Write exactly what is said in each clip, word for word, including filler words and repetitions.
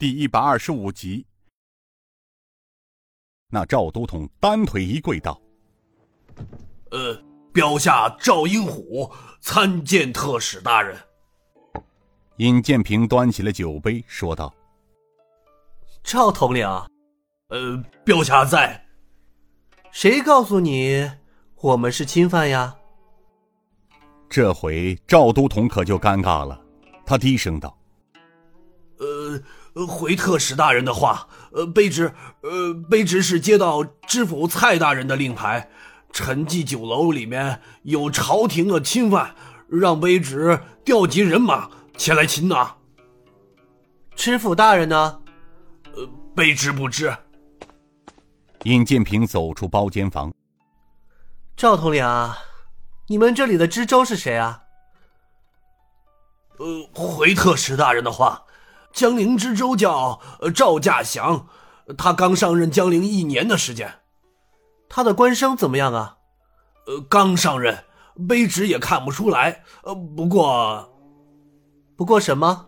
第一百二十五集。那赵都统单腿一跪道： 呃，标下赵英虎参见特使大人。 尹建平端起了酒杯说道： 赵统领， 呃，标下在。 谁告诉你我们是侵犯呀？ 这回赵都统可就尴尬了，他低声道： 呃，回特使大人的话，呃，卑职，呃，卑职是接到知府蔡大人的令牌，陈记酒楼里面有朝廷的侵犯，让卑职调集人马前来擒拿。 知府大人呢？ 呃，卑职不知。 尹建平走出包间房。 赵统领啊，你们这里的知州是谁啊？ 呃，回特使大人的话，江陵知州叫赵稼祥，他刚上任江陵一年的时间。 他的官声怎么样啊？ 呃，刚上任，卑职也看不出来。呃，不过， 不过什么？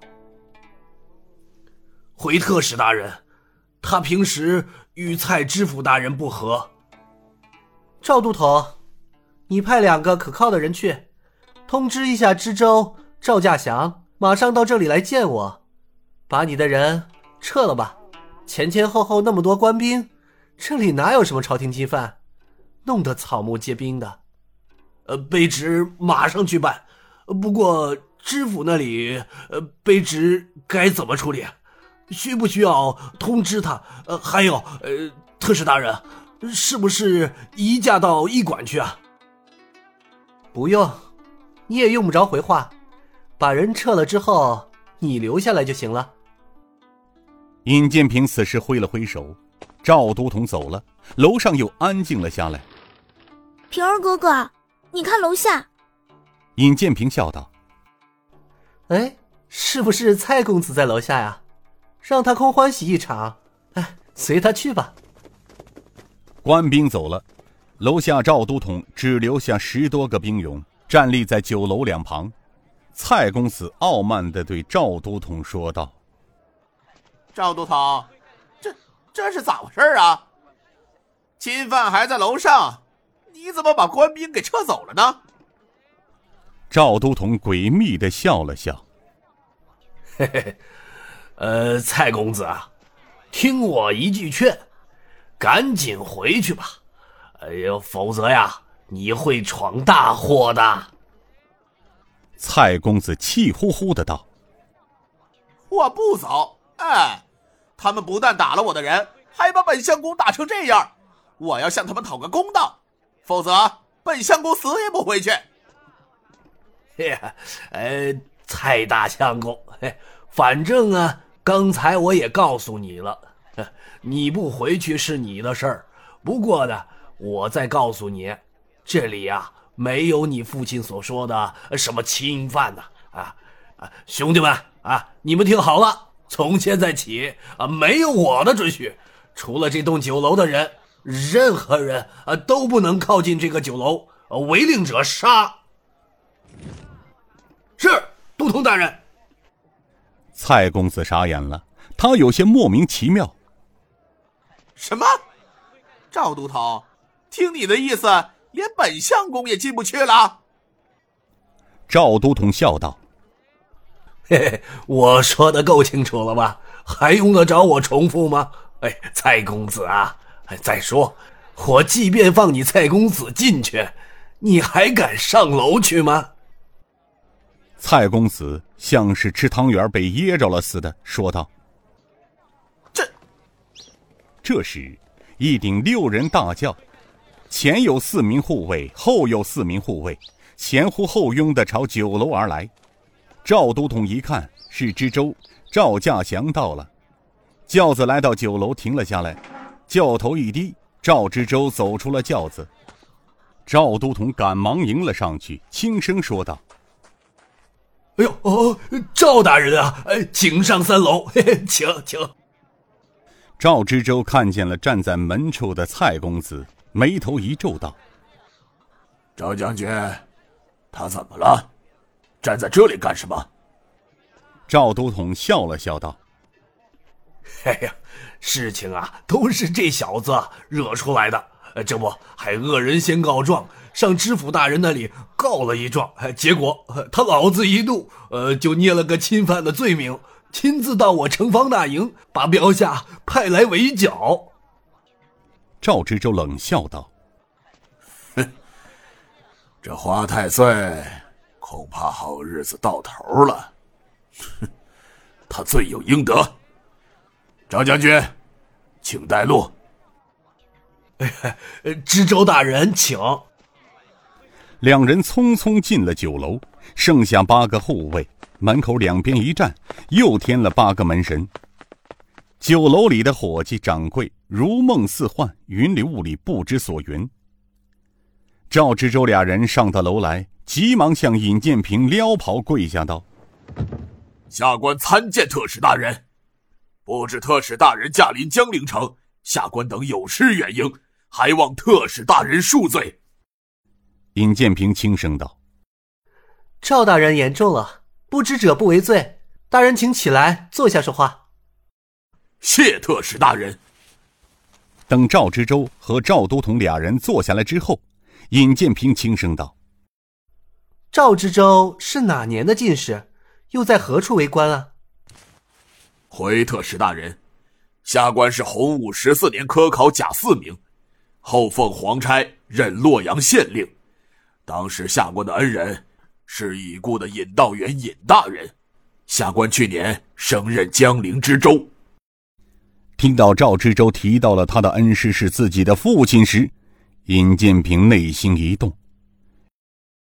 回特使大人，他平时与蔡知府大人不和。 赵都统，你派两个可靠的人去，通知一下知州赵稼祥，马上到这里来见我。把你的人撤了吧，前前后后那么多官兵，这里哪有什么朝廷侵犯，弄得草木皆兵的。 呃，卑职马上去办。不过知府那里，呃，卑职该怎么处理？需不需要通知他？呃，还有，呃，特使大人，是不是移驾到驿馆去啊？ 不用，你也用不着回话，把人撤了之后，你留下来就行了。 尹建平此时挥了挥手，赵都统走了，楼上又安静了下来。 平儿哥哥，你看楼下。 尹建平笑道： 哎，是不是蔡公子在楼下呀？让他空欢喜一场，哎，随他去吧。 官兵走了，楼下赵都统只留下十多个兵勇站立在酒楼两旁。蔡公子傲慢地对赵都统说道： 赵都统，这这是咋回事啊？侵犯还在楼上，你怎么把官兵给撤走了呢？ 赵都统诡秘地笑了笑： 嘿嘿，呃，蔡公子啊，听我一句劝，赶紧回去吧。哎呦，否则呀，你会闯大祸的。 蔡公子气呼呼的道： 我不走。哎，他们不但打了我的人，还把本相公打成这样，我要向他们讨个公道，否则本相公死也不回去。 嘿，呃，蔡大相公，嘿，反正啊，刚才我也告诉你了，你不回去是你的事儿。不过呢，我再告诉你，这里啊没有你父亲所说的什么侵犯的啊啊，兄弟们啊，你们听好了，从现在起啊，没有我的准许，除了这栋酒楼的人，任何人啊都不能靠近这个酒楼，违令者杀。是，都统大人。 蔡公子傻眼了，他有些莫名其妙。 什么？赵都统，听你的意思，连本相公也进不去了？ 赵都统笑道： 嘿嘿，我说的够清楚了吧？还用得着我重复吗？哎，蔡公子啊，再说，我即便放你蔡公子进去，你还敢上楼去吗？ 蔡公子像是吃汤圆被噎着了似的说道： 这这时一顶六人大轿，前有四名护卫，后有四名护卫，前呼后拥地朝酒楼而来。赵都统一看是知州赵稼祥到了，轿子来到酒楼停了下来，轿头一低，赵知州走出了轿子。赵都统赶忙迎了上去，轻声说道： 哎呦哦，赵大人啊，哎，请上三楼，嘿嘿，请请。 赵知州看见了站在门处的蔡公子，眉头一皱道： 赵将军，他怎么了？站在这里干什么？ 赵都统笑了笑道： 哎呀，事情啊都是这小子惹出来的，这不还恶人先告状，上知府大人那里告了一状，结果他老子一怒，呃，就捏了个侵犯的罪名，亲自到我城防大营，把标下派来围剿。 赵知州冷笑道： 哼，这花太岁恐怕好日子到头了。哼，他罪有应得。赵将军，请带路。 知州大人，请。 两人匆匆进了酒楼，剩下八个护卫，门口两边一站，又添了八个门神。酒楼里的伙计掌柜如梦似幻，云里雾里，不知所云。赵知州俩人上到楼来，急忙向尹建平撩袍跪下道： 下官参见特使大人，不知特使大人驾临江陵城，下官等有失远迎，还望特使大人恕罪。 尹建平轻声道： 赵大人言重了，不知者不为罪，大人请起来坐下说话。 谢特使大人。 等赵知州和赵都统俩人坐下来之后，尹建平轻声道： 赵知州是哪年的进士，又在何处为官啊？ 回特使大人，下官是洪武十四年科考甲四名，后奉皇差任洛阳县令。当时下官的恩人是已故的尹道元尹大人，下官去年升任江陵知州。 听到赵知州提到了他的恩师是自己的父亲时，尹建平内心一动，